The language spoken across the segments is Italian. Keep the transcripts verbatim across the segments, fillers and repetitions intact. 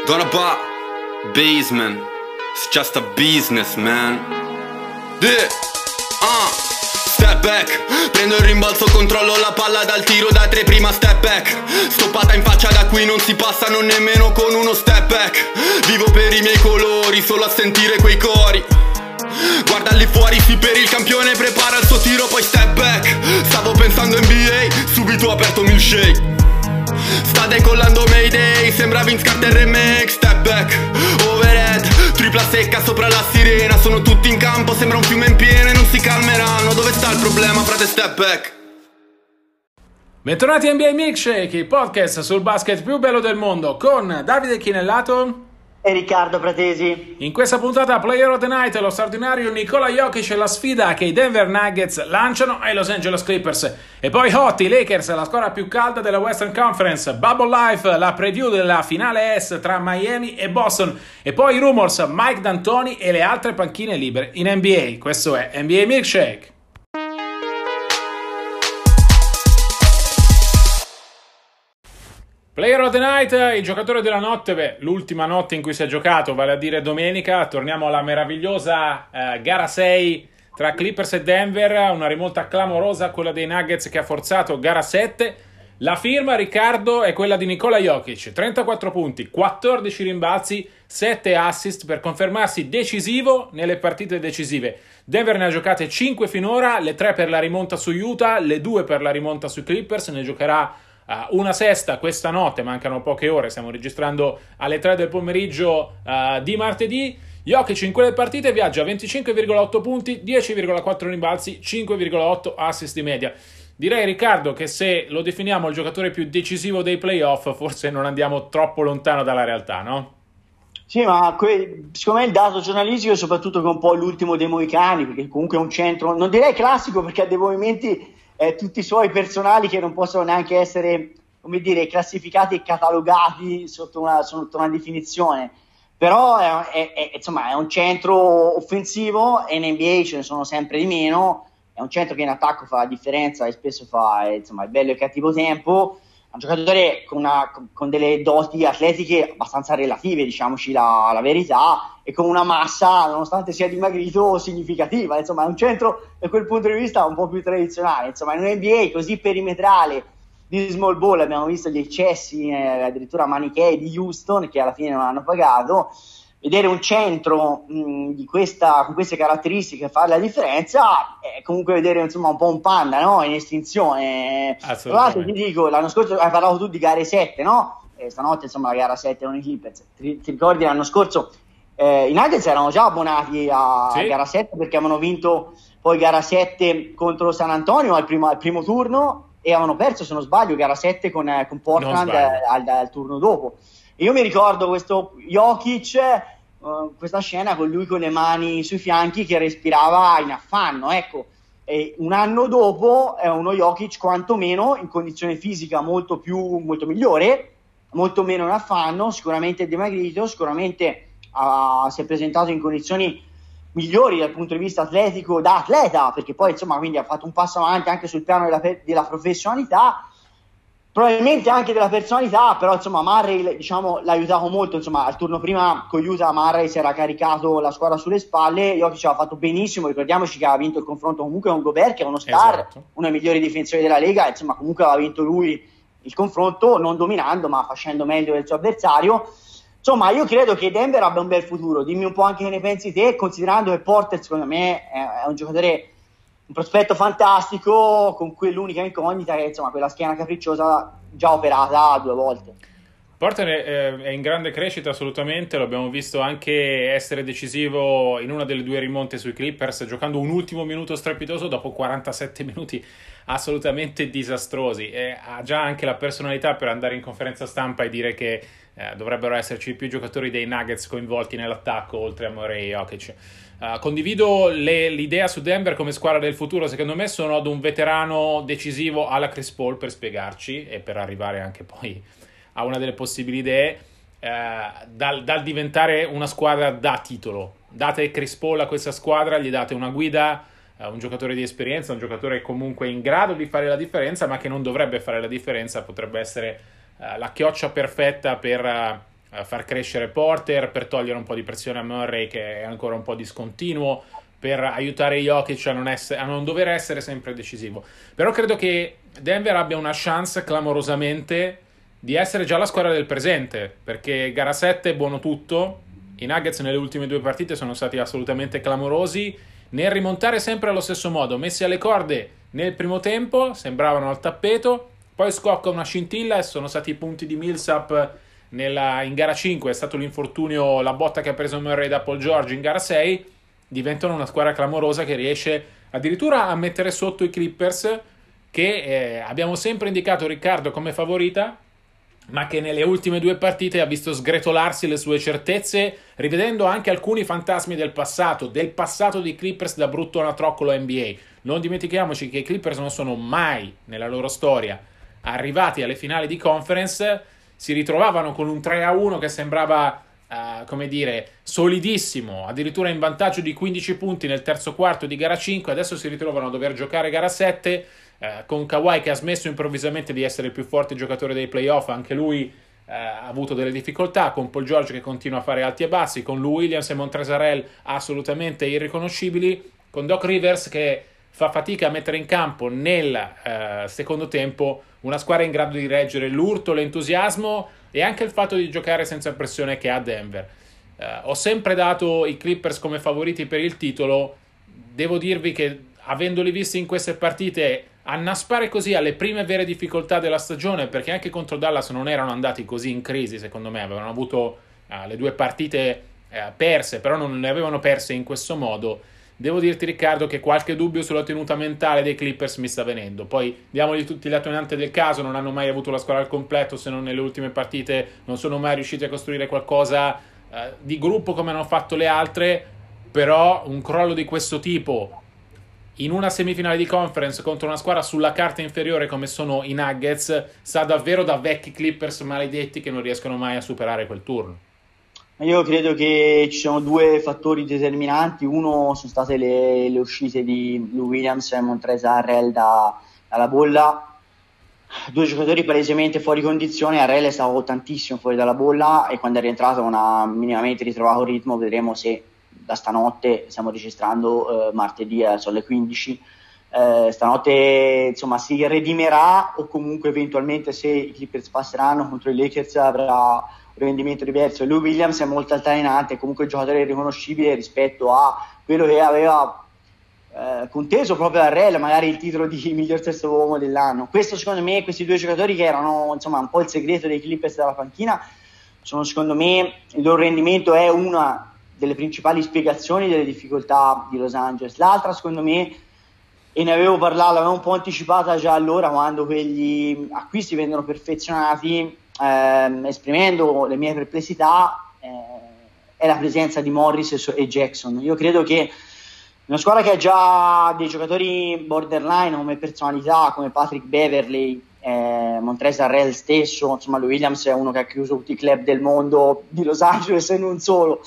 Gonna buy basement. It's just a business, man. Yeah. Uh. Step back, prendo il rimbalzo, controllo la palla dal tiro da tre, prima step back. Stoppata in faccia, da qui non si passa non nemmeno con uno step back. Vivo per i miei colori, solo a sentire quei cori. Guarda lì fuori, sì, per il campione, prepara il suo tiro, poi step back. Stavo pensando N B A, subito ho aperto milkshake. Sta decollando Mayday, sembra Vince Carter remake. Step back, overhead, tripla secca sopra la sirena. Sono tutti in campo, sembra un fiume in piena e non si calmeranno. Dove sta il problema, frate? Step back. Bentornati a N B A Milkshake, il podcast sul basket più bello del mondo, con Davide Chinellato e Riccardo Pratesi. In questa puntata Player of the Night, lo straordinario Nikola Jokic e la sfida che i Denver Nuggets lanciano ai Los Angeles Clippers. E poi Hot, i Lakers, la squadra più calda della Western Conference. Bubble Life, la preview della finale Est tra Miami e Boston. E poi Rumors, Mike D'Antoni e le altre panchine libere in N B A. Questo è N B A Milkshake. Player of the Night, il giocatore della notte, beh, l'ultima notte in cui si è giocato, vale a dire domenica. Torniamo alla meravigliosa eh, gara sei tra Clippers e Denver, una rimonta clamorosa, quella dei Nuggets che ha forzato gara sette. La firma, Riccardo, è quella di Nikola Jokic, trentaquattro punti, quattordici rimbalzi, sette assist per confermarsi decisivo nelle partite decisive. Denver ne ha giocate cinque finora, le tre per la rimonta su Utah, le due per la rimonta sui Clippers, ne giocherà Uh, una sesta questa notte, mancano poche ore, stiamo registrando alle tre del pomeriggio uh, di martedì. Jokic in quelle partite viaggia venticinque virgola otto punti, dieci virgola quattro rimbalzi, cinque virgola otto assist di media. Direi, Riccardo, che se lo definiamo il giocatore più decisivo dei playoff, forse non andiamo troppo lontano dalla realtà, no? Sì, ma que- secondo me il dato giornalistico è soprattutto che è un po' l'ultimo dei mohicani, perché comunque è un centro, non direi classico, perché ha dei movimenti Eh, tutti i suoi personali che non possono neanche essere, come dire, classificati e catalogati sotto una, sotto una definizione, però è, è, è, insomma, è un centro offensivo e in N B A ce ne sono sempre di meno. È un centro che in attacco fa la differenza e spesso fa, insomma, il bello e il cattivo tempo. È un giocatore con, una, con delle doti atletiche abbastanza relative, diciamoci la, la verità, e con una massa, nonostante sia dimagrito, significativa. Insomma, è un centro da quel punto di vista un po' più tradizionale. Insomma, in un N B A così perimetrale di small ball abbiamo visto gli eccessi, eh, addirittura manichei di Houston, che alla fine non hanno pagato. Vedere un centro mh, di questa, con queste caratteristiche fare la differenza è comunque vedere, insomma, un po' un panda, no? In estinzione. Tra l'altro ti dico, l'anno scorso hai parlato tu di gare sette, no? E stanotte, insomma, la gara sette erano i Clippers. Ti, ti ricordi l'anno scorso eh, i Nuggets erano già abbonati a, sì. a gara sette, perché avevano vinto poi gara sette contro San Antonio al primo, al primo turno e avevano perso, se non sbaglio, gara sette con, eh, con Portland al, al turno dopo. E io mi ricordo questo Jokic, Uh, questa scena con lui con le mani sui fianchi che respirava in affanno, ecco. E un anno dopo è uno Jokic quantomeno in condizione fisica molto più molto migliore, molto meno in affanno, sicuramente dimagrito, sicuramente uh, si è presentato in condizioni migliori dal punto di vista atletico da atleta, perché poi insomma quindi ha fatto un passo avanti anche sul piano della, della professionalità, probabilmente anche della personalità, però insomma Murray, diciamo, l'ha aiutato molto. Insomma, al turno prima con Utah Murray si era caricato la squadra sulle spalle, Jokic aveva fatto benissimo, ricordiamoci che aveva vinto il confronto comunque con Gobert, che è uno star, esatto, uno dei migliori difensori della Lega, insomma comunque aveva vinto lui il confronto, non dominando ma facendo meglio del suo avversario. Insomma, io credo che Denver abbia un bel futuro. Dimmi un po' anche che ne pensi te, considerando che Porter secondo me è, è un giocatore, un prospetto fantastico, con quell'unica incognita che, insomma, quella schiena capricciosa già operata due volte. Porter è, è in grande crescita assolutamente, lo abbiamo visto anche essere decisivo in una delle due rimonte sui Clippers, giocando un ultimo minuto strepitoso dopo quarantasette minuti assolutamente disastrosi, e ha già anche la personalità per andare in conferenza stampa e dire che eh, dovrebbero esserci più giocatori dei Nuggets coinvolti nell'attacco oltre a Murray e Jokic. Uh, condivido le, l'idea su Denver come squadra del futuro. Secondo me sono ad un veterano decisivo alla Chris Paul per spiegarci e per arrivare anche poi a una delle possibili idee, uh, dal, dal diventare una squadra da titolo. Date Chris Paul a questa squadra, gli date una guida, uh, un giocatore di esperienza, un giocatore comunque in grado di fare la differenza, ma che non dovrebbe fare la differenza, potrebbe essere uh, la chioccia perfetta per uh, uh, far crescere Porter, per togliere un po' di pressione a Murray che è ancora un po' discontinuo, per aiutare Jokic a non, essere, a non dover essere sempre decisivo. Però credo che Denver abbia una chance clamorosamente di essere già la squadra del presente, perché gara sette è buono tutto, i Nuggets nelle ultime due partite sono stati assolutamente clamorosi nel rimontare sempre allo stesso modo, messi alle corde nel primo tempo, sembravano al tappeto, poi scocca una scintilla e sono stati i punti di Millsap nella, in gara cinque, è stato l'infortunio, la botta che ha preso Murray da Paul George in gara sei, diventano una squadra clamorosa che riesce addirittura a mettere sotto i Clippers, che eh, abbiamo sempre indicato Riccardo come favorita, ma che nelle ultime due partite ha visto sgretolarsi le sue certezze, rivedendo anche alcuni fantasmi del passato, del passato di Clippers da brutto anatroccolo N B A. Non dimentichiamoci che i Clippers non sono mai, nella loro storia, arrivati alle finali di conference, si ritrovavano con un tre a uno che sembrava, uh, come dire, solidissimo, addirittura in vantaggio di quindici punti nel terzo quarto di gara cinque, adesso si ritrovano a dover giocare gara sette, Uh, con Kawhi che ha smesso improvvisamente di essere il più forte giocatore dei playoff, anche lui uh, ha avuto delle difficoltà, con Paul George che continua a fare alti e bassi, con Lou Williams e Montrezl Harrell assolutamente irriconoscibili, con Doc Rivers che fa fatica a mettere in campo nel uh, secondo tempo una squadra in grado di reggere l'urto, l'entusiasmo e anche il fatto di giocare senza pressione che ha Denver. Uh, ho sempre dato i Clippers come favoriti per il titolo, devo dirvi che avendoli visti in queste partite annaspare così alle prime vere difficoltà della stagione, perché anche contro Dallas non erano andati così in crisi, secondo me avevano avuto uh, le due partite uh, perse, però non le avevano perse in questo modo. Devo dirti Riccardo che qualche dubbio sulla tenuta mentale dei Clippers mi sta venendo, poi diamogli tutti gli attenuanti del caso, non hanno mai avuto la squadra al completo, se non nelle ultime partite non sono mai riusciti a costruire qualcosa uh, di gruppo come hanno fatto le altre, però un crollo di questo tipo in una semifinale di conference contro una squadra sulla carta inferiore come sono i Nuggets sa davvero da vecchi Clippers maledetti che non riescono mai a superare quel turno. Io credo che ci sono due fattori determinanti. Uno sono state le, le uscite di Lou Williams e Montrezl Harrell da, dalla bolla, due giocatori palesemente fuori condizione. Harrell è stato tantissimo fuori dalla bolla e quando è rientrato non ha minimamente ritrovato il ritmo. Vedremo se da stanotte, stiamo registrando eh, martedì eh, sono le quindici, eh, stanotte insomma si redimerà o comunque eventualmente se i Clippers passeranno contro i Lakers avrà un rendimento diverso. E lui Williams è molto altalenante, comunque un giocatore riconoscibile rispetto a quello che aveva eh, conteso proprio a Harrell, magari il titolo di miglior terzo uomo dell'anno. Questo secondo me, questi due giocatori che erano insomma un po' il segreto dei Clippers dalla panchina, sono secondo me, il loro rendimento è una delle principali spiegazioni delle difficoltà di Los Angeles. L'altra secondo me, e ne avevo parlato, l'avevo un po' anticipata già allora quando quegli acquisti vengono perfezionati, ehm, esprimendo le mie perplessità, eh, è la presenza di Morris e Jackson. Io credo che una squadra che ha già dei giocatori borderline come personalità, come Patrick Beverley, eh, Montrezl Harrell stesso, insomma Lou Williams è uno che ha chiuso tutti i club del mondo di Los Angeles e non solo,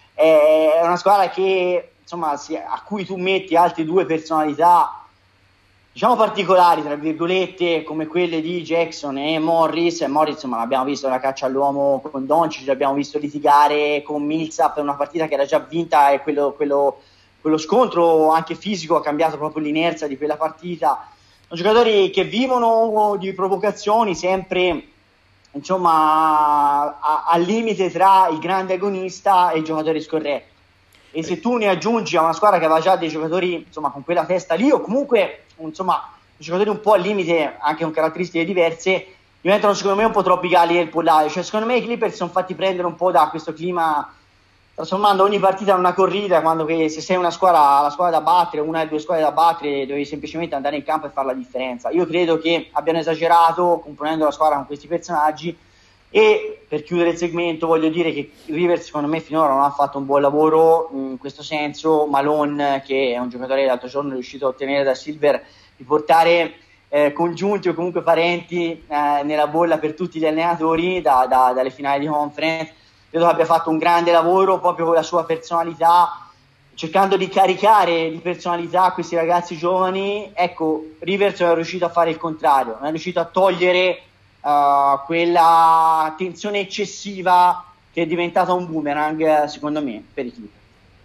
è una squadra che insomma si, a cui tu metti altre due personalità diciamo particolari tra virgolette come quelle di Jackson e Morris. E Morris insomma l'abbiamo visto nella caccia all'uomo con Doncic, l'abbiamo visto litigare con Millsap in una partita che era già vinta e quello, quello, quello scontro anche fisico ha cambiato proprio l'inerzia di quella partita. Sono giocatori che vivono di provocazioni sempre insomma a, al limite tra il grande agonista e il giocatore scorretto, e se tu ne aggiungi a una squadra che aveva già dei giocatori insomma con quella testa lì o comunque insomma giocatori un po' al limite anche con caratteristiche diverse, diventano secondo me un po' troppi galli del pollaio. Cioè secondo me i Clippers sono fatti prendere un po' da questo clima, trasformando ogni partita in una corrida, quando che se sei una squadra, la squadra da battere, una o due squadre da battere, devi semplicemente andare in campo e fare la differenza. Io credo che abbiano esagerato componendo la squadra con questi personaggi. E per chiudere il segmento voglio dire che Rivers secondo me finora non ha fatto un buon lavoro in questo senso. Malone, che è un giocatore l'altro giorno è riuscito a ottenere da Silver di portare eh, congiunti o comunque parenti eh, nella bolla per tutti gli allenatori da, da, dalle finali di conference, credo che abbia fatto un grande lavoro proprio con la sua personalità, cercando di caricare di personalità questi ragazzi giovani. Ecco, Rivers è riuscito a fare il contrario, non è riuscito a togliere Uh, quella tensione eccessiva che è diventata un boomerang secondo me per i Clippers.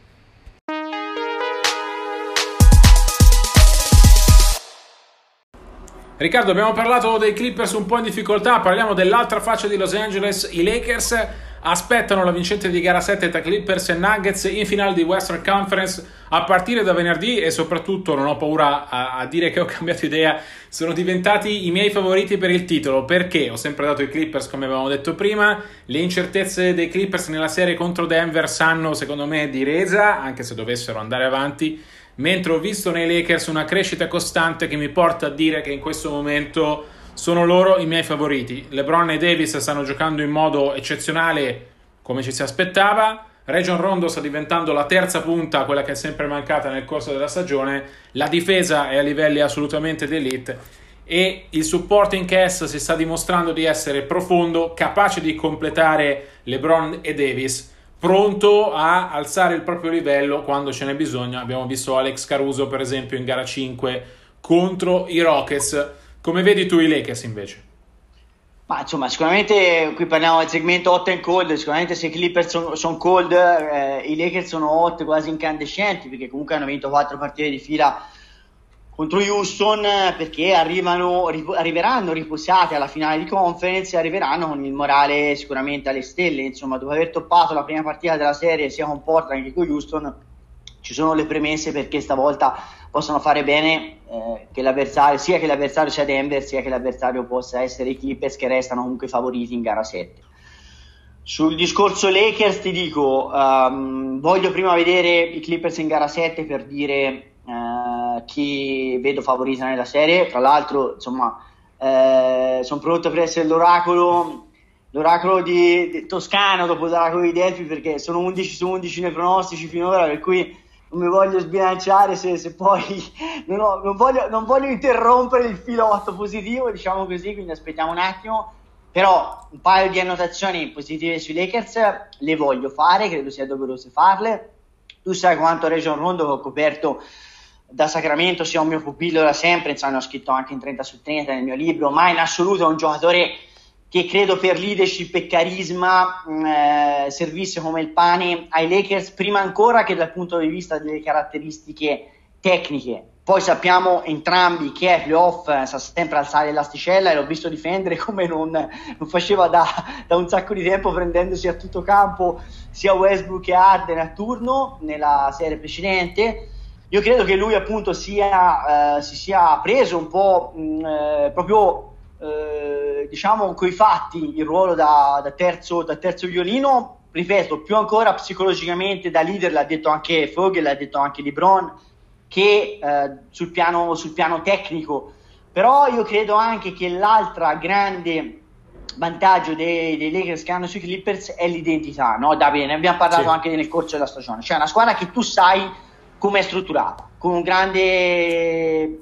Riccardo, abbiamo parlato dei Clippers un po' in difficoltà, parliamo dell'altra faccia di Los Angeles. I Lakers aspettano la vincente di gara sette tra Clippers e Nuggets in finale di Western Conference a partire da venerdì, e soprattutto, non ho paura a, a dire che ho cambiato idea, sono diventati i miei favoriti per il titolo, perché ho sempre dato i Clippers come avevamo detto prima. Le incertezze dei Clippers nella serie contro Denver sanno secondo me di resa, anche se dovessero andare avanti, mentre ho visto nei Lakers una crescita costante che mi porta a dire che in questo momento sono loro i miei favoriti. LeBron e Davis stanno giocando in modo eccezionale, come ci si aspettava. Rajon Rondo sta diventando la terza punta, quella che è sempre mancata nel corso della stagione. La difesa è a livelli assolutamente d'elite e il supporting cast si sta dimostrando di essere profondo, capace di completare LeBron e Davis, pronto a alzare il proprio livello quando ce n'è bisogno. Abbiamo visto Alex Caruso per esempio in gara cinque contro i Rockets. Come vedi tu i Lakers invece? Ma insomma, sicuramente qui parliamo del segmento hot and cold. Sicuramente se i Clippers sono son cold, eh, i Lakers sono hot, quasi incandescenti, perché comunque hanno vinto quattro partite di fila contro Houston, perché arrivano, rip- arriveranno riposati alla finale di conference e arriveranno con il morale sicuramente alle stelle. Insomma, dopo aver toppato la prima partita della serie sia con Portland che con Houston, ci sono le premesse perché stavolta possono fare bene, eh, che l'avversario, sia che l'avversario sia Denver, sia che l'avversario possa essere i Clippers, che restano comunque favoriti in gara sette. Sul discorso Lakers ti dico, um, voglio prima vedere i Clippers in gara sette per dire uh, chi vedo favorita nella serie. Tra l'altro, insomma, eh, sono pronto per essere l'oracolo l'oracolo di, di Toscano dopo l'oracolo di Delphi, perché sono undici su undici nei pronostici finora, per cui non mi voglio sbilanciare se, se poi non, ho, non, voglio, non voglio interrompere il filotto positivo, diciamo così, quindi aspettiamo un attimo. Però un paio di annotazioni positive sui Lakers le voglio fare, credo sia doveroso farle. Tu sai quanto Rajon Rondo, che ho coperto da Sacramento, sia un mio pupillo da sempre, insomma, ho scritto anche in trenta su trenta nel mio libro, ma in assoluto è un giocatore che credo per leadership e carisma eh, servisse come il pane ai Lakers, prima ancora che dal punto di vista delle caratteristiche tecniche. Poi sappiamo entrambi che ai playoff eh, sa sempre alzare l'asticella, e l'ho visto difendere come non, non faceva da, da un sacco di tempo, prendendosi a tutto campo sia Westbrook che Harden a turno nella serie precedente. Io credo che lui appunto sia, eh, si sia preso un po' mh, eh, proprio eh, diciamo coi fatti il ruolo da, da, terzo, da terzo violino, ripeto, più ancora psicologicamente da leader, l'ha detto anche Vogel, l'ha detto anche LeBron, che eh, sul piano, sul piano tecnico. Però io credo anche che l'altra grande vantaggio dei, dei Lakers che hanno sui Clippers è l'identità, no? Davide, ne abbiamo parlato sì. anche nel corso della stagione, cioè una squadra che tu sai come è strutturata, con un grande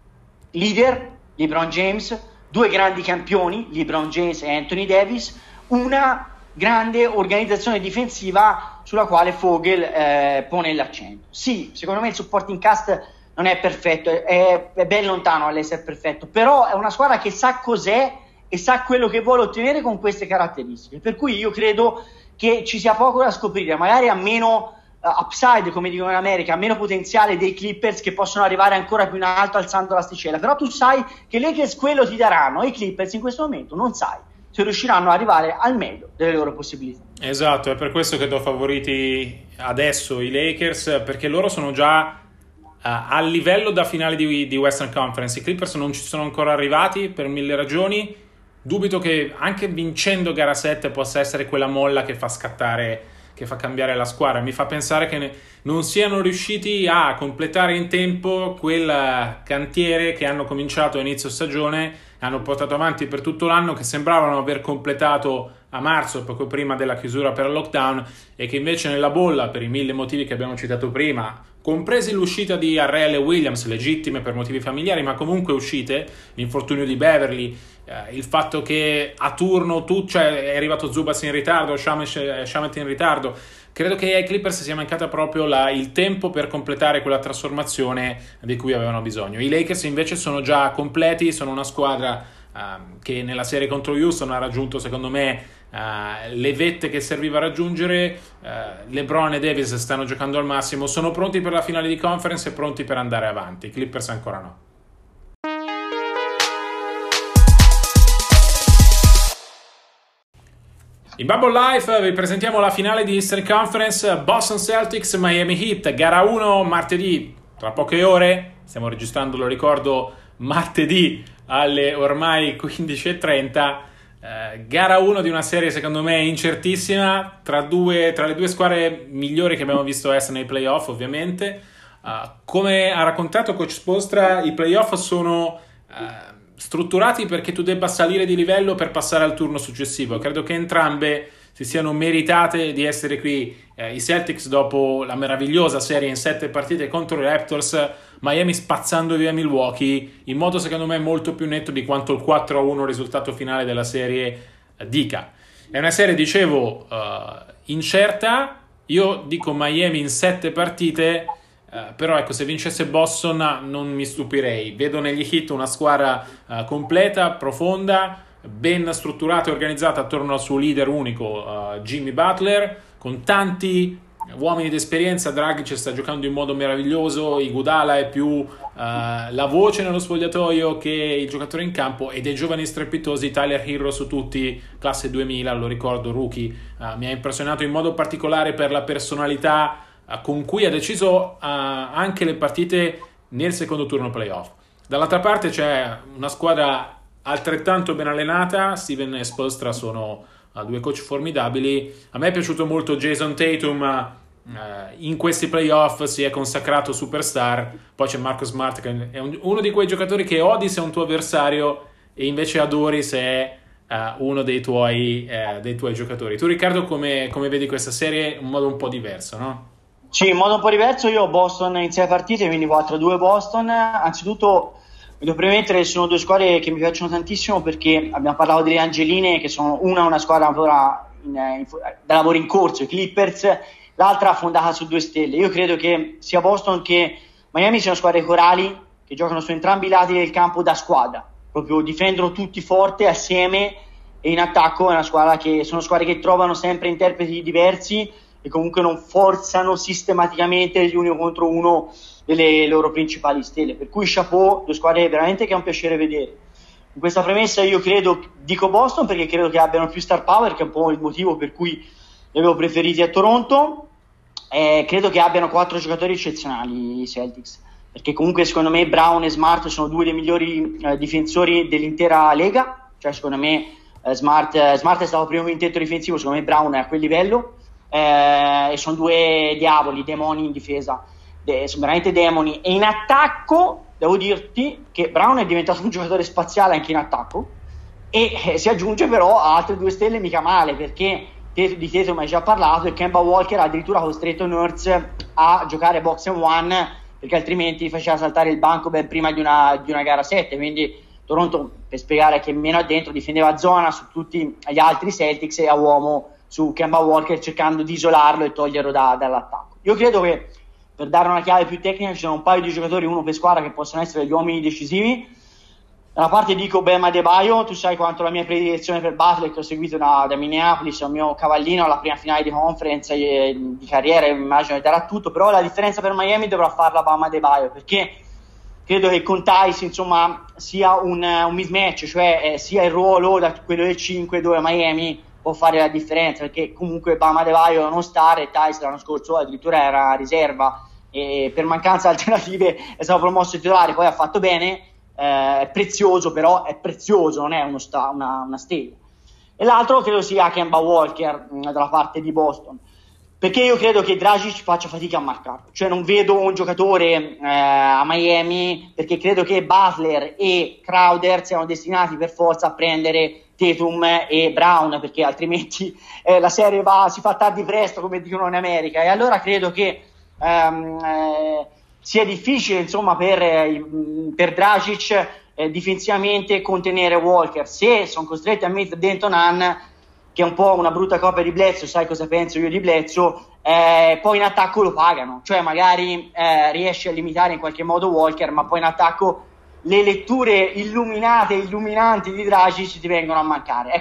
leader, LeBron James, due grandi campioni, LeBron James e Anthony Davis, una grande organizzazione difensiva sulla quale Vogel eh, pone l'accento. Sì, secondo me il supporting cast non è perfetto, è, è ben lontano dall'essere perfetto, però è una squadra che sa cos'è e sa quello che vuole ottenere con queste caratteristiche, per cui io credo che ci sia poco da scoprire, magari a meno uh, upside, come dicono in America, a meno potenziale dei Clippers, che possono arrivare ancora più in alto alzando l'asticella, però tu sai che i Lakers quello ti daranno, e i Clippers in questo momento non sai se riusciranno ad arrivare al meglio delle loro possibilità. Esatto, è per questo che do favoriti adesso i Lakers, perché loro sono già uh, a livello da finale di, di Western Conference. I Clippers non ci sono ancora arrivati per mille ragioni. Dubito che anche vincendo gara sette possa essere quella molla che fa scattare, che fa cambiare la squadra. Mi fa pensare che ne, non siano riusciti a completare in tempo quel cantiere che hanno cominciato a inizio stagione, hanno portato avanti per tutto l'anno, che sembravano aver completato a marzo, poco prima della chiusura per il lockdown, e che invece nella bolla, per i mille motivi che abbiamo citato prima, compresi l'uscita di Harrell e Williams, legittime per motivi familiari, ma comunque uscite, l'infortunio di Beverly, eh, il fatto che a turno tu, cioè è arrivato Zubac in ritardo, Shamet in ritardo, credo che ai Clippers sia mancata proprio la, il tempo per completare quella trasformazione di cui avevano bisogno. I Lakers invece sono già completi, sono una squadra uh, che nella serie contro Houston ha raggiunto secondo me uh, le vette che serviva a raggiungere. uh, LeBron e Davis stanno giocando al massimo, sono pronti per la finale di conference e pronti per andare avanti. I Clippers ancora no. In Bubble Life vi presentiamo la finale di Eastern Conference, Boston Celtics Miami Heat, gara uno martedì, tra poche ore, stiamo registrando, lo ricordo, martedì alle ormai quindici e trenta, eh, gara uno di una serie secondo me incertissima, tra, due, tra le due squadre migliori che abbiamo visto essere nei playoff ovviamente. Uh, come ha raccontato Coach Spoelstra, i playoff sono... Uh, strutturati perché tu debba salire di livello per passare al turno successivo. Credo che entrambe si siano meritate di essere qui. Eh, i Celtics dopo la meravigliosa serie in sette partite contro i Raptors, Miami spazzando via Milwaukee in modo secondo me molto più netto di quanto il quattro a uno risultato finale della serie eh, dica. È una serie, dicevo, uh, incerta. Io dico Miami in sette partite. Uh, però ecco, se vincesse Boston non mi stupirei. Vedo negli Heat una squadra uh, completa, profonda, ben strutturata e organizzata attorno al suo leader unico, uh, Jimmy Butler, con tanti uomini d'esperienza. Dragic sta giocando in modo meraviglioso, Iguodala è più uh, la voce nello spogliatoio che il giocatore in campo, e dei giovani strepitosi, Tyler Herro su tutti, classe duemila, lo ricordo, rookie. Uh, mi ha impressionato in modo particolare per la personalità con cui ha deciso uh, anche le partite nel secondo turno playoff. Dall'altra parte c'è una squadra altrettanto ben allenata. Steven e Spoelstra sono uh, due coach formidabili. A me è piaciuto molto Jason Tatum, uh, in questi playoff si è consacrato superstar. Poi c'è Marcus Smart, che è un, uno di quei giocatori che odi se è un tuo avversario e invece adori se è uh, uno dei tuoi, uh, dei tuoi giocatori. Tu, Riccardo, come, come vedi questa serie in modo un po' diverso, no? Sì, in modo un po' diverso. Io ho Boston in sei partite, quindi quattro a due Boston. Anzitutto mi devo premettere che sono due squadre che mi piacciono tantissimo, perché abbiamo parlato delle Angeline, che sono una una squadra ancora in, in, da lavoro in corso, i Clippers, l'altra fondata su due stelle. Io credo che sia Boston che Miami siano squadre corali che giocano su entrambi i lati del campo da squadra, proprio difendono tutti forte assieme, e in attacco è una squadra che sono squadre che trovano sempre interpreti diversi e comunque non forzano sistematicamente gli uno contro uno delle loro principali stelle. Per cui chapeau, due squadre veramente che è un piacere vedere. In questa premessa io credo, dico Boston perché credo che abbiano più star power, che è un po' il motivo per cui li avevo preferiti a Toronto. Eh, credo che abbiano quattro giocatori eccezionali i Celtics, perché comunque secondo me Brown e Smart sono due dei migliori eh, difensori dell'intera Lega. Cioè secondo me eh, Smart, eh, Smart è stato primo quintetto difensivo, secondo me Brown è a quel livello. Eh, e sono due diavoli, demoni in difesa, De- sono veramente demoni. E in attacco devo dirti che Brown è diventato un giocatore spaziale anche in attacco, e eh, si aggiunge però a altre due stelle mica male, perché te- di Tatum hai già parlato, e Kemba Walker ha addirittura costretto Nurse a giocare box and one, perché altrimenti faceva saltare il banco ben prima di una, di una gara sette. Quindi Toronto, per spiegare che meno addentro, difendeva a zona su tutti gli altri Celtics e a uomo su Kemba Walker, cercando di isolarlo e toglierlo da, dall'attacco. Io credo che, per dare una chiave più tecnica, ci sono un paio di giocatori, uno per squadra, che possono essere gli uomini decisivi. Da una parte dico Bam Adebayo. Tu sai quanto la mia predilezione per Butler, che ho seguito da, da Minneapolis, è un mio cavallino alla prima finale di conference e di carriera, immagino che darà tutto, però la differenza per Miami dovrà farla Bam Adebayo, perché credo che con Tice insomma sia un, un mismatch, cioè eh, sia il ruolo da quello del cinque, dove Miami può fare la differenza, perché comunque Bam Adebayo non stare, e Tice l'anno scorso addirittura era riserva e per mancanza di alternative è stato promosso titolare. Poi ha fatto bene, eh, è prezioso, però è prezioso, non è uno sta, una, una stella. E l'altro credo sia Kemba Walker mh, dalla parte di Boston, perché io credo che Dragic faccia fatica a marcarlo, cioè non vedo un giocatore eh, a Miami, perché credo che Butler e Crowder siano destinati per forza a prendere Tatum e Brown, perché altrimenti eh, la serie va, si fa tardi presto, come dicono in America. E allora credo che ehm, eh, sia difficile insomma per, eh, per Dragic eh, difensivamente contenere Walker. Se sono costretti a mettere dentro Nunn, che è un po' una brutta copia di Bledsoe, sai cosa penso io di Bledsoe, eh, poi in attacco lo pagano, cioè magari eh, riesce a limitare in qualche modo Walker, ma poi in attacco le letture illuminate e illuminanti di Dragic ti vengono a mancare. Ecco,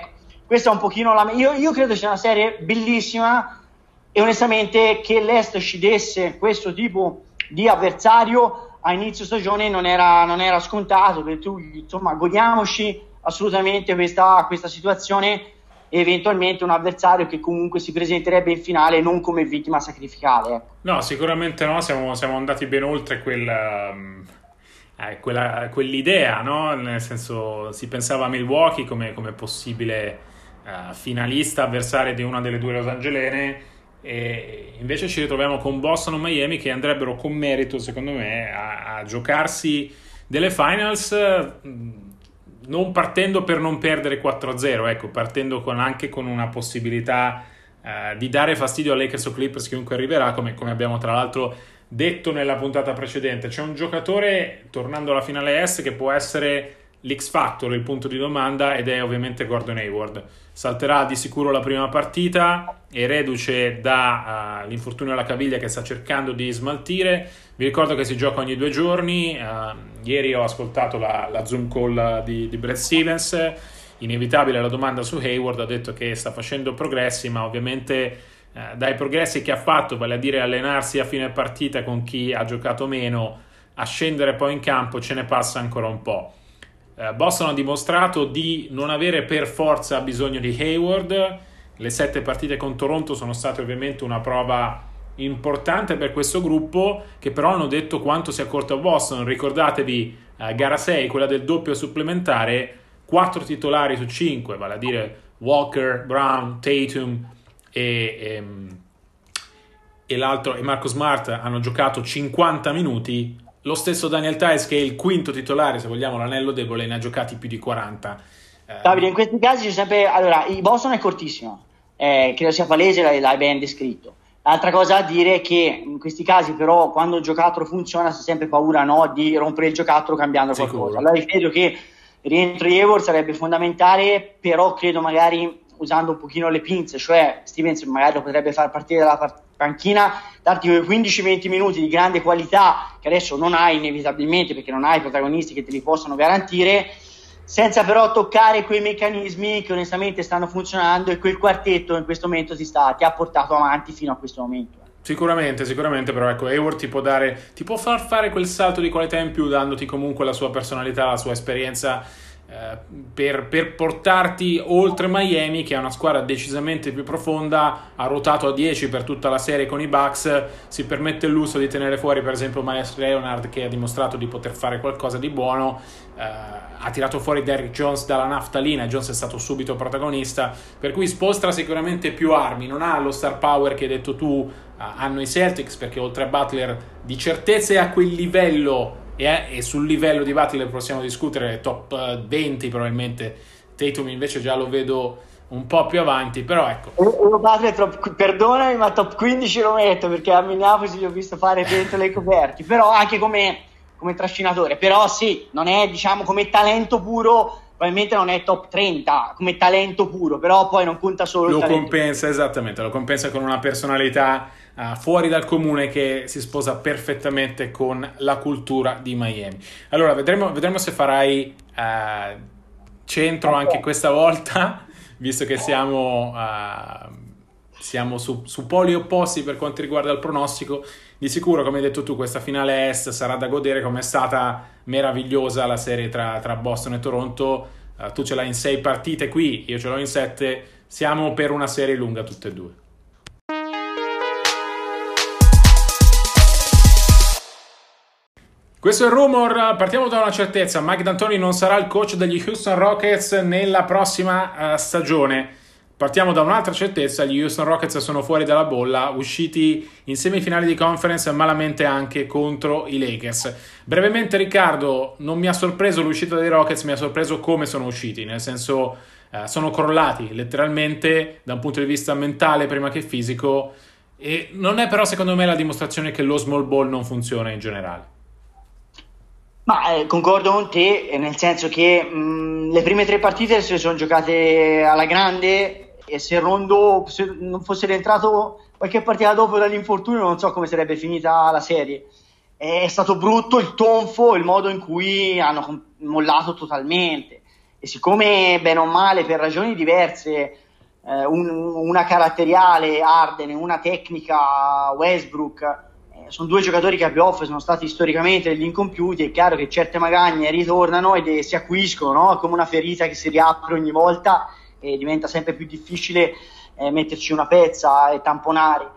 questa è un pochino la... Io, io credo sia una serie bellissima e onestamente che l'Est scegliesse questo tipo di avversario a inizio stagione non era, non era scontato, perché tu, insomma, godiamoci assolutamente questa, questa situazione e eventualmente un avversario che comunque si presenterebbe in finale non come vittima sacrificale. Ecco. No, sicuramente no, siamo, siamo andati ben oltre quella, eh, quella, quell'idea, no? Nel senso, si pensava a Milwaukee come, come possibile eh, finalista avversaria di una delle due losangelene, e invece ci ritroviamo con Boston o Miami che andrebbero con merito, secondo me, a, a giocarsi delle finals, non partendo per non perdere quattro a zero, ecco, partendo con, anche con una possibilità uh, di dare fastidio a Lakers o Clippers chiunque arriverà, come, come abbiamo tra l'altro detto nella puntata precedente. C'è un giocatore, tornando alla finale Est, che può essere l'X Factor, il punto di domanda, ed è ovviamente Gordon Hayward. Salterà di sicuro la prima partita, è reduce dall'infortunio uh, alla caviglia che sta cercando di smaltire. Vi ricordo che si gioca ogni due giorni. Uh, ieri ho ascoltato la, la Zoom call di, di Brad Stevens. Inevitabile la domanda su Hayward, ha detto che sta facendo progressi, ma ovviamente uh, dai progressi che ha fatto, vale a dire allenarsi a fine partita con chi ha giocato meno, a scendere poi in campo ce ne passa ancora un po'. Boston ha dimostrato di non avere per forza bisogno di Hayward. Le sette partite con Toronto sono state ovviamente una prova importante per questo gruppo, che però hanno detto quanto sia corto a Boston. Ricordatevi eh, gara sei, quella del doppio supplementare, quattro titolari su cinque, vale a dire Walker, Brown, Tatum e, e, e l'altro e Marcus Smart hanno giocato cinquanta minuti. Lo stesso Daniel Theis, che è il quinto titolare, se vogliamo l'anello debole, ne ha giocati più di quaranta. Davide, in questi casi c'è sempre... Allora, il Boston è cortissimo, eh, credo sia palese, l'hai, l'hai ben descritto. L'altra cosa da dire è che in questi casi però quando il giocattolo funziona si ha sempre paura, no, di rompere il giocattolo cambiando Sicuro. qualcosa. Allora credo che il rientro di Hayward sarebbe fondamentale, però credo magari usando un pochino le pinze, cioè Stevens magari lo potrebbe far partire dalla part- panchina, darti quei quindici venti minuti di grande qualità che adesso non hai inevitabilmente perché non hai protagonisti che te li possono garantire, senza però toccare quei meccanismi che onestamente stanno funzionando e quel quartetto in questo momento si sta, ti ha portato avanti fino a questo momento. Sicuramente, sicuramente, però ecco, Hayward ti può dare, ti può far fare quel salto di qualità in più, dandoti comunque la sua personalità, la sua esperienza, eh, per, per portarti oltre Miami, che è una squadra decisamente più profonda, ha ruotato a dieci per tutta la serie con i Bucks, si permette il lusso di tenere fuori per esempio Myles Leonard, che ha dimostrato di poter fare qualcosa di buono, eh, ha tirato fuori Derrick Jones dalla naftalina e Jones è stato subito protagonista, per cui sposta sicuramente più armi, non ha lo star power che hai detto tu hanno i Celtics, perché oltre a Butler di certezza è a quel livello e, e sul livello di Butler possiamo discutere top venti probabilmente. Tatum invece già lo vedo un po' più avanti, però ecco, Butler, perdonami, ma top quindici lo metto, perché a Minneapolis gli ho visto fare pentole ai coperti, però anche come, come trascinatore, però sì, non è, diciamo, come talento puro probabilmente non è top trenta come talento puro, però poi non conta solo lo il talento. compensa, esattamente, lo compensa con una personalità uh, fuori dal comune che si sposa perfettamente con la cultura di Miami. Allora vedremo, vedremo se farai uh, centro anche questa volta, visto che siamo, uh, siamo su, su poli opposti per quanto riguarda il pronostico. Di sicuro, come hai detto tu, questa finale Est sarà da godere, come è stata meravigliosa la serie tra, tra Boston e Toronto. Uh, tu ce l'hai in sei partite qui, io ce l'ho in sette, siamo per una serie lunga tutte e due. Questo è il rumor, partiamo da una certezza: Mike D'Antoni non sarà il coach degli Houston Rockets nella prossima uh, stagione. Partiamo da un'altra certezza: gli Houston Rockets sono fuori dalla bolla, usciti in semifinali di conference malamente anche contro i Lakers. Brevemente, Riccardo, non mi ha sorpreso l'uscita dei Rockets, mi ha sorpreso come sono usciti, nel senso eh, sono crollati letteralmente da un punto di vista mentale prima che fisico, e non è però secondo me la dimostrazione che lo small ball non funziona in generale. Ma eh, concordo con te, nel senso che mh, le prime tre partite se le sono giocate alla grande, e se Rondo se non fosse rientrato qualche partita dopo dall'infortunio non so come sarebbe finita la serie. È stato brutto il tonfo, il modo in cui hanno mollato totalmente, e siccome bene o male per ragioni diverse eh, un, una caratteriale Harden e una tecnica Westbrook eh, sono due giocatori che a playoff sono stati storicamente degli incompiuti, è chiaro che certe magagne ritornano ed eh, si acuiscono, no? Come una ferita che si riapre ogni volta e diventa sempre più difficile eh, metterci una pezza e tamponare.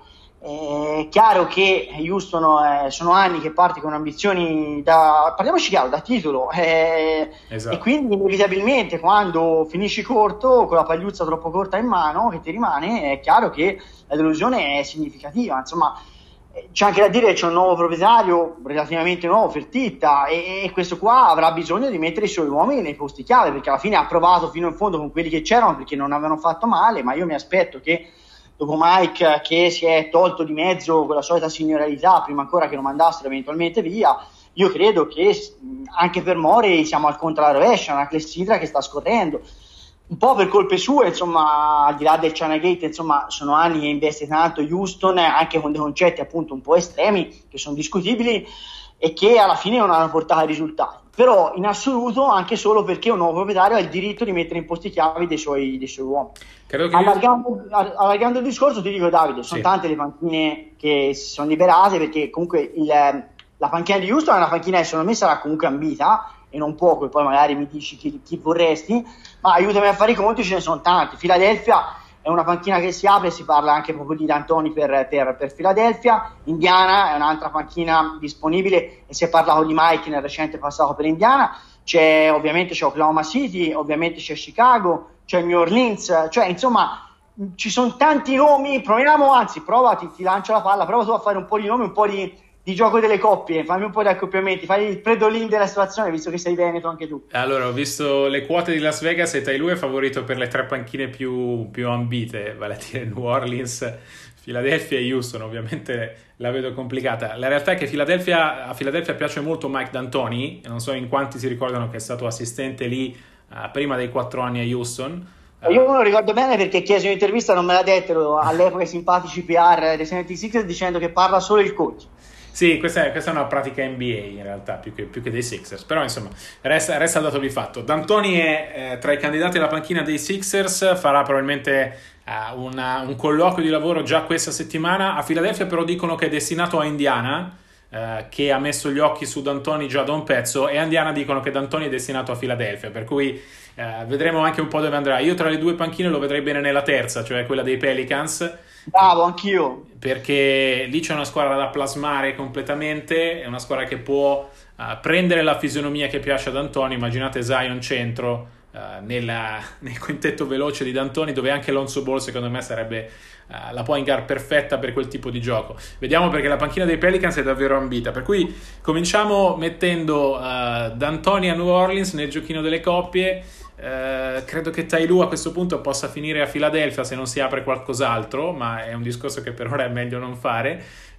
È chiaro che Houston eh, sono anni che parte con ambizioni da, parliamoci chiaro, da titolo eh, esatto. E quindi inevitabilmente quando finisci corto, con la pagliuzza troppo corta in mano che ti rimane, è chiaro che la delusione è significativa. Insomma, c'è anche da dire che c'è un nuovo proprietario relativamente nuovo, Fertitta, e, e questo qua avrà bisogno di mettere i suoi uomini nei posti chiave, perché alla fine ha provato fino in fondo con quelli che c'erano, perché non avevano fatto male, ma io mi aspetto che dopo Mike, che si è tolto di mezzo quella solita signoralità prima ancora che lo mandassero eventualmente via, io credo che anche per Morey siamo al conto alla rovescia, una clessidra che sta scorrendo un po' per colpe sue, insomma, al di là del China Gate, insomma, sono anni che investe tanto Houston, anche con dei concetti appunto un po' estremi che sono discutibili e che alla fine non hanno portato ai risultati. Però in assoluto anche solo perché un nuovo proprietario ha il diritto di mettere in posti chiavi dei suoi, dei suoi uomini. Credo che allargando, io... allargando il discorso ti dico, Davide, sono sì. tante le panchine che si sono liberate, perché comunque il, la panchina di Houston è una panchina che secondo me sarà comunque ambita e non poco, e poi magari mi dici chi, chi vorresti, ma aiutami a fare i conti, ce ne sono tanti. Philadelphia è una panchina che si apre, si parla anche proprio di D'Antoni per, per, per Philadelphia. Indiana è un'altra panchina disponibile e si è parlato di Mike nel recente passato per Indiana. C'è ovviamente c'è Oklahoma City, ovviamente c'è Chicago, c'è New Orleans, cioè insomma ci sono tanti nomi. Proviamo, anzi prova, ti, ti lancio la palla, prova tu a fare un po' di nomi, un po' di di gioco delle coppie, fammi un po' di accoppiamenti, fai il predolin della situazione, visto che sei veneto anche tu. Allora, ho visto le quote di Las Vegas e Tai Lue è favorito per le tre panchine più, più ambite, vale a dire New Orleans, Philadelphia e Houston. Ovviamente la vedo complicata. La realtà è che Philadelphia, a Philadelphia piace molto Mike D'Antoni, non so in quanti si ricordano che è stato assistente lì uh, prima dei quattro anni a Houston. Io me lo ricordo bene perché chiesi un'intervista, non me la dettero all'epoca i simpatici P R dei settantasei dicendo che parla solo il coach. Sì, questa è, questa è una pratica N B A in realtà, più che, più che dei Sixers, però insomma resta, resta il dato di fatto. D'Antoni è eh, tra i candidati alla panchina dei Sixers, farà probabilmente uh, una, un colloquio di lavoro già questa settimana. A Philadelphia però dicono che è destinato a Indiana, uh, che ha messo gli occhi su D'Antoni già da un pezzo, e a Indiana dicono che D'Antoni è destinato a Philadelphia, per cui uh, vedremo anche un po' dove andrà. Io tra le due panchine lo vedrei bene nella terza, cioè quella dei Pelicans. Bravo, anch'io. Perché lì c'è una squadra da plasmare completamente, è una squadra che può uh, prendere la fisionomia che piace ad D'Antoni. Immaginate Zion centro uh, nella, nel quintetto veloce di D'Antoni, dove anche Lonzo Ball secondo me sarebbe uh, la point guard perfetta per quel tipo di gioco. Vediamo, perché la panchina dei Pelicans è davvero ambita, per cui cominciamo mettendo uh, D'Antoni a New Orleans nel giochino delle coppie. Uh, credo che Tai Lue a questo punto possa finire a Philadelphia se non si apre qualcos'altro, ma è un discorso che per ora è meglio non fare.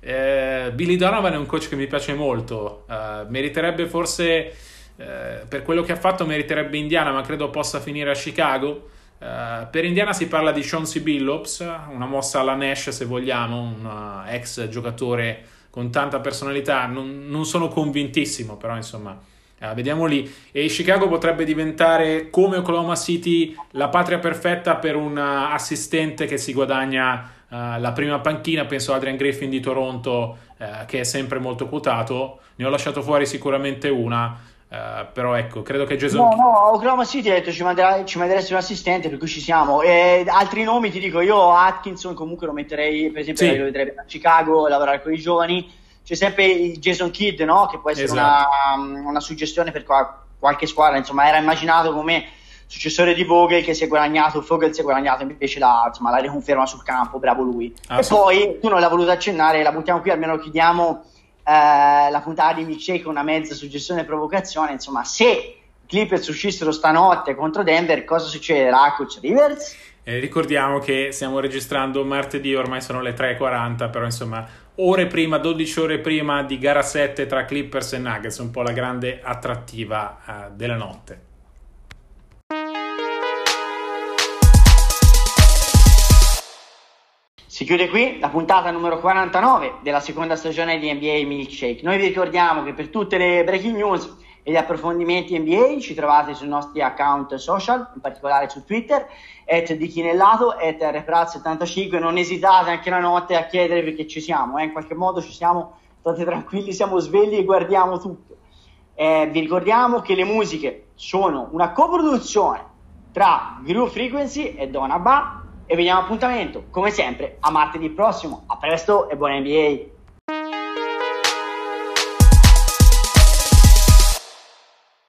uh, Billy Donovan è un coach che mi piace molto, uh, meriterebbe forse uh, per quello che ha fatto meriterebbe Indiana, ma credo possa finire a Chicago. Uh, per Indiana si parla di Chauncey Billups, una mossa alla Nash se vogliamo, un uh, ex giocatore con tanta personalità. Non, non sono convintissimo, però insomma Uh, vediamo lì. E Chicago potrebbe diventare, come Oklahoma City, la patria perfetta per un uh, assistente che si guadagna uh, la prima panchina. Penso a Adrian Griffin di Toronto, uh, che è sempre molto quotato. Ne ho lasciato fuori sicuramente una, uh, però ecco, credo che Jason... No, no, Oklahoma City ha detto ci, manderà, ci manderesti un assistente, per cui ci siamo. E altri nomi ti dico, io Atkinson comunque lo metterei, per esempio, sì. Lo vedrei a Chicago, lavorare con i giovani. C'è sempre il Jason Kidd, no? Che può essere esatto. una, una suggestione per qualche squadra, insomma era immaginato come successore di Vogel, che si è guadagnato, Vogel si è guadagnato invece la, insomma, la riconferma sul campo, bravo lui. Ah, e sì. Poi tu non l'hai voluto accennare, la buttiamo qui, almeno chiudiamo eh, la puntata di Milkshake con una mezza suggestione e provocazione. Insomma, se i Clippers uscissero stanotte contro Denver, cosa succederà, Coach Rivers? Eh, ricordiamo che stiamo registrando martedì, ormai sono le tre e quaranta, però insomma ore prima, dodici ore prima di gara sette tra Clippers e Nuggets, un po' la grande attrattiva uh, della notte. Si chiude qui la puntata numero quarantanove della seconda stagione di N B A Milkshake. Noi vi ricordiamo che per tutte le breaking news e gli approfondimenti N B A ci trovate sui nostri account social, in particolare su Twitter, at di Chinellato, at R Prat settantacinque. Non esitate anche la notte a chiedere perché ci siamo, eh? In qualche modo ci siamo, state tranquilli, siamo svegli e guardiamo tutto. Eh, vi ricordiamo che le musiche sono una coproduzione tra Groove Frequency e Donna Ba, e vi diamo appuntamento come sempre a martedì prossimo. A presto e buona N B A.